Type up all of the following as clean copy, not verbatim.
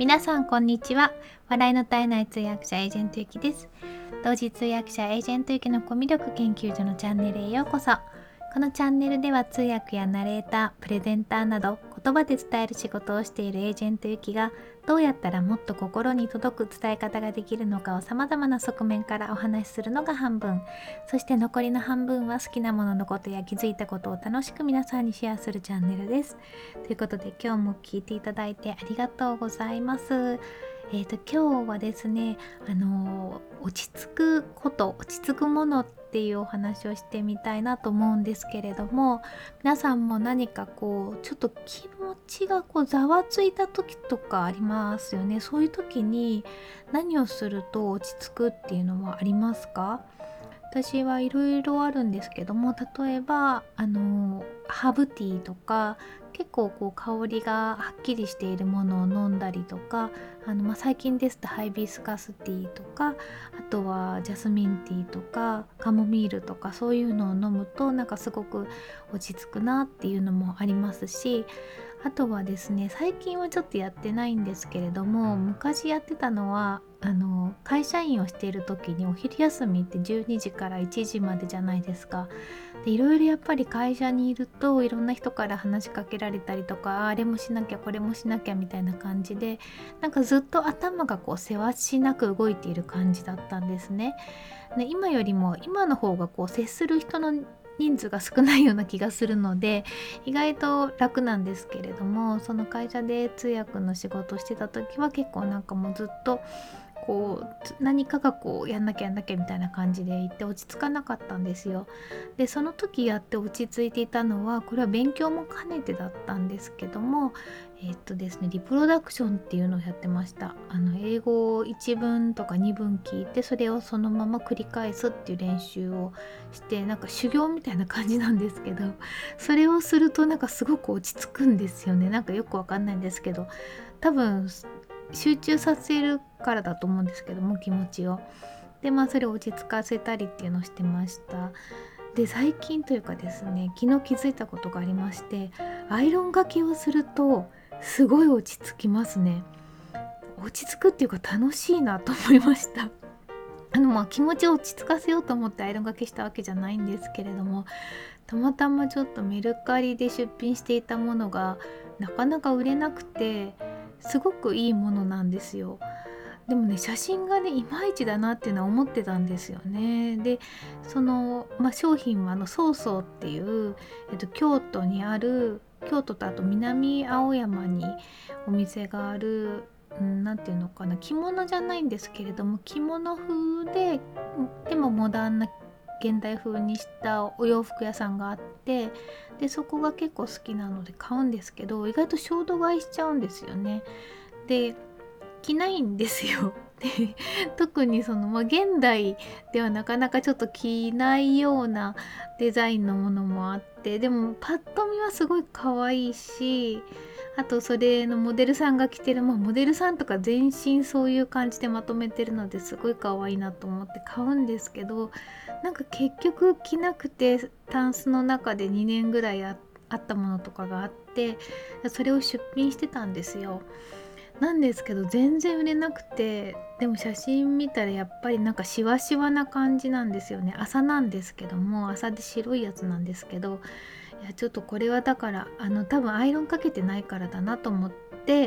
皆さんこんにちは。笑いの絶えない通訳者エージェントゆきです。同時通訳者エージェントゆきのコミュ力研究所のチャンネルへようこそ。このチャンネルでは通訳やナレーター、プレゼンターなど言葉で伝える仕事をしているエージェントゆきがどうやったらもっと心に届く伝え方ができるのかを様々な側面からお話しするのが半分、そして残りの半分は好きなもののことや気づいたことを楽しく皆さんにシェアするチャンネルです。ということで今日も聞いていただいてありがとうございます。今日はですね、落ち着くこと、落ち着くものっていうお話をしてみたいなと思うんですけれども、皆さんも何かちょっと気持ちがざわついた時とかありますよね。そういう時に何をすると落ち着くっていうのはありますか？私はいろいろあるんですけども、例えばハーブティーとか結構香りがはっきりしているものを飲んだりとか、最近ですとハイビスカスティーとか、あとはジャスミンティーとかカモミールとか、そういうのを飲むとなんかすごく落ち着くなっていうのもありますし、あとはですね、最近はちょっとやってないんですけれども、昔やってたのは会社員をしている時にお昼休みって12時から1時までじゃないですか。でいろいろやっぱり会社にいるといろんな人から話しかけられたりとか、あれもしなきゃこれもしなきゃみたいな感じで、なんかずっと頭がせわしなく動いている感じだったんですね。で今よりも今の方が接する人の人数が少ないような気がするので意外と楽なんですけれども、その会社で通訳の仕事をしてた時は結構なんかもうずっと何かがやんなきゃみたいな感じでいて落ち着かなかったんですよ。でその時やって落ち着いていたのは、これは勉強も兼ねてだったんですけども、ですね、リプロダクションっていうのをやってました。英語を1文とか2文聞いてそれをそのまま繰り返すっていう練習をして、なんか修行みたいな感じなんですけど、それをするとなんかすごく落ち着くんですよね。なんかよくわかんないんですけど、多分集中させるからだと思うんですけども、気持ちを。でそれを落ち着かせたりっていうのをしてました。で最近というかですね、昨日気づいたことがありまして、アイロンがけをするとすごい落ち着きますね。落ち着くっていうか楽しいなと思いました。気持ちを落ち着かせようと思ってアイロンがけしたわけじゃないんですけれども、たまたまちょっとメルカリで出品していたものがなかなか売れなくて、すごくいいものなんですよ。でもね、写真がねいまいちだなっていうのは思ってたんですよね。で商品はソーソーっていう、京都にある、京都とあと南青山にお店がある、なんていうのかな、着物じゃないんですけれども着物風でもモダンな現代風にしたお洋服屋さんがあって、でそこが結構好きなので買うんですけど、意外と衝動買いしちゃうんですよね。で着ないんですよ。で特に現代ではなかなかちょっと着ないようなデザインのものもあって、でもパッと見はすごい可愛いし、あとそれのモデルさんが着てる、モデルさんとか全身そういう感じでまとめてるのですごい可愛いなと思って買うんですけど、なんか結局着なくてタンスの中で2年ぐらいあったものとかがあって、それを出品してたんですよ。なんですけど全然売れなくて、でも写真見たらやっぱりなんかシワシワな感じなんですよね。麻なんですけども、麻で白いやつなんですけど、いやちょっとこれはだから多分アイロンかけてないからだなと思って、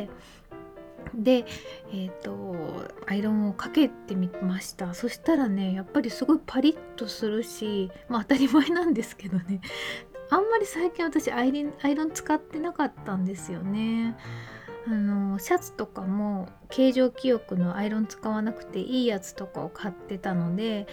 でアイロンをかけてみました。そしたらね、やっぱりすごいパリッとするし、当たり前なんですけどね、あんまり最近私アイロン使ってなかったんですよね。シャツとかも形状記憶のアイロン使わなくていいやつとかを買ってたので、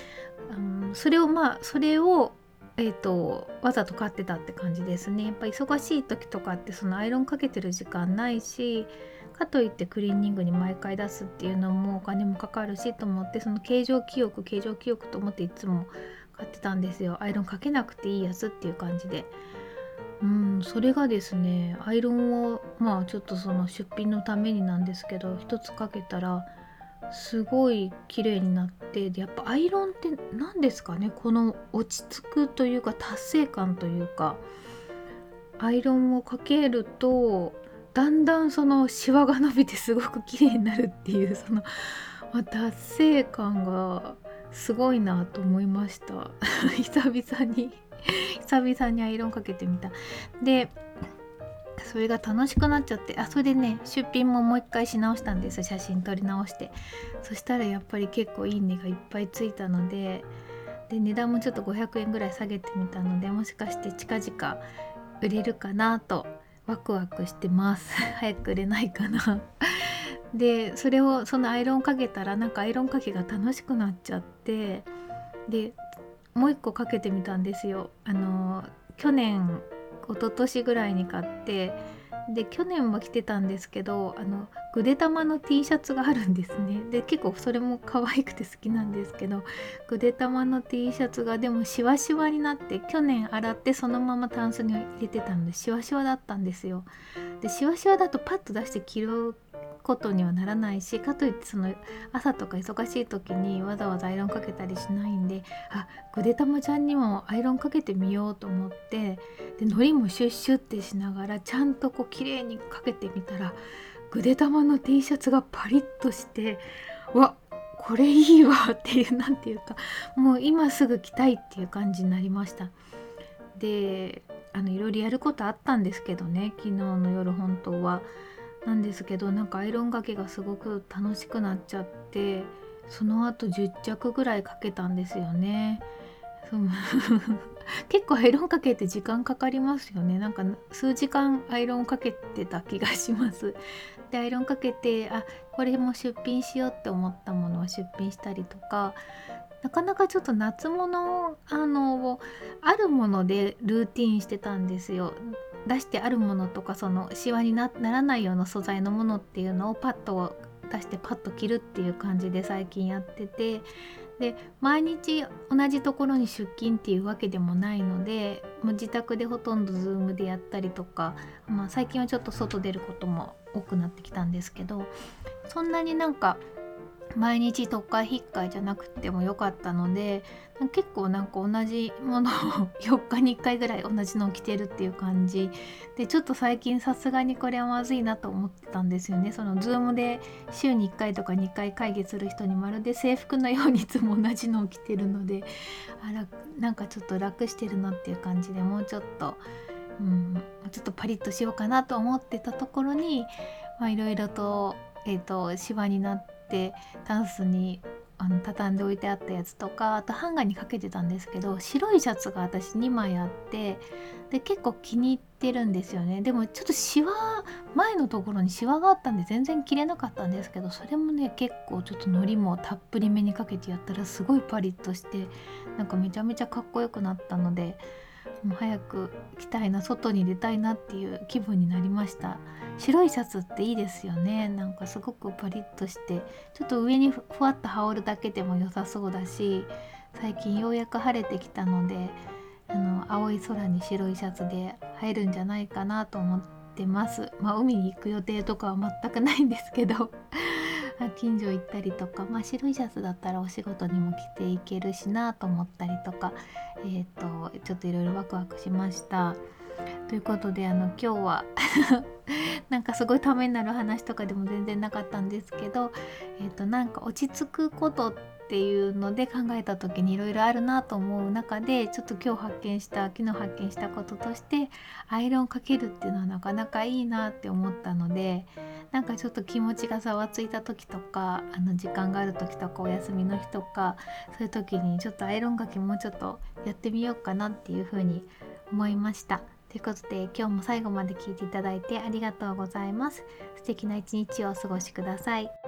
それをわざと買ってたって感じですね。やっぱ忙しい時とかってそのアイロンかけてる時間ないし、かといってクリーニングに毎回出すっていうのもお金もかかるしと思って、その形状記憶と思っていつも買ってたんですよ。アイロンかけなくていいやつっていう感じで。それがですね、アイロンをちょっとその出品のためになんですけど一つかけたらすごい綺麗になって、でやっぱアイロンって何ですかね、この落ち着くというか達成感というか、アイロンをかけるとだんだんそのシワが伸びてすごく綺麗になるっていう、その達成感がすごいなと思いました久々にアイロンかけてみた。でそれが楽しくなっちゃって、それでね出品ももう一回し直したんです。写真撮り直して。そしたらやっぱり結構いいねがいっぱいついたので、値段もちょっと500円ぐらい下げてみたので、もしかして近々売れるかなとワクワクしてます早く売れないかなでそのアイロンかけたら、なんかアイロンかけが楽しくなっちゃって、でもう一個かけてみたんですよ。去年一昨年ぐらいに買って、で去年も着てたんですけど、ぐでたまの T シャツがあるんですね。で結構それも可愛くて好きなんですけど、ぐでたまの T シャツがでもシワシワになって、去年洗ってそのままタンスに入れてたのでシワシワだったんですよ。でシワシワだとパッと出して着ることにはならないし、かといってその朝とか忙しい時にわざわざアイロンかけたりしないんで、ぐでたまちゃんにもアイロンかけてみようと思って、で糊もシュッシュってしながらちゃんとこう綺麗にかけてみたら、ぐでたまの T シャツがパリッとして、わこれいいわっていう、なんていうか、もう今すぐ着たいっていう感じになりました。でいろいろやることあったんですけどね、昨日の夜本当はなんですけど、なんかアイロンがけがすごく楽しくなっちゃって、その後10着ぐらいかけたんですよね。そう結構アイロンかけて時間かかりますよね。なんか数時間アイロンかけてた気がします。でアイロンかけて、これも出品しようって思ったものを出品したりとか、なかなかちょっと夏物あるものでルーティンしてたんですよ。出してあるものとか、そのシワにならないような素材のものっていうのをパッと出してパッと着るっていう感じで最近やってて、で毎日同じところに出勤っていうわけでもないので、もう自宅でほとんどズームでやったりとか、最近はちょっと外出ることも多くなってきたんですけど、そんなになんか毎日特会引っかいじゃなくてもよかったので、結構なんか同じものを4日に1回ぐらい同じのを着てるっていう感じで、ちょっと最近さすがにこれはまずいなと思ってたんですよね。そのズームで週に1回とか2回会議する人にまるで制服のようにいつも同じのを着てるので、なんかちょっと楽してるなっていう感じで、もうちょっとちょっとパリッとしようかなと思ってたところに、いろいろとシワになってタンスに畳んでおいてあったやつとか、あとハンガーにかけてたんですけど、白いシャツが私2枚あって、で結構気に入ってるんですよね。でもちょっと前のところにシワがあったんで全然着れなかったんですけど、それもね結構ちょっと糊もたっぷりめにかけてやったらすごいパリッとして、なんかめちゃめちゃかっこよくなったので、もう早く着たいな、外に出たいなっていう気分になりました。白いシャツっていいですよね。なんかすごくパリッとして、ちょっと上にふわっと羽織るだけでも良さそうだし、最近ようやく晴れてきたので、青い空に白いシャツで映えるんじゃないかなと思ってます。海に行く予定とかは全くないんですけど近所行ったりとか、白いシャツだったらお仕事にも着ていけるしなと思ったりとか、ちょっといろいろワクワクしました。ということで今日はなんかすごいためになる話とかでも全然なかったんですけど、なんか落ち着くことっていうので考えた時にいろいろあるなと思う中で、ちょっと昨日発見したこととして、アイロンかけるっていうのはなかなかいいなって思ったので、なんかちょっと気持ちがざわついた時とか、時間がある時とかお休みの日とか、そういう時にちょっとアイロンかけもうちょっとやってみようかなっていうふうに思いました。ということで今日も最後まで聞いていただいてありがとうございます。素敵な一日をお過ごしください。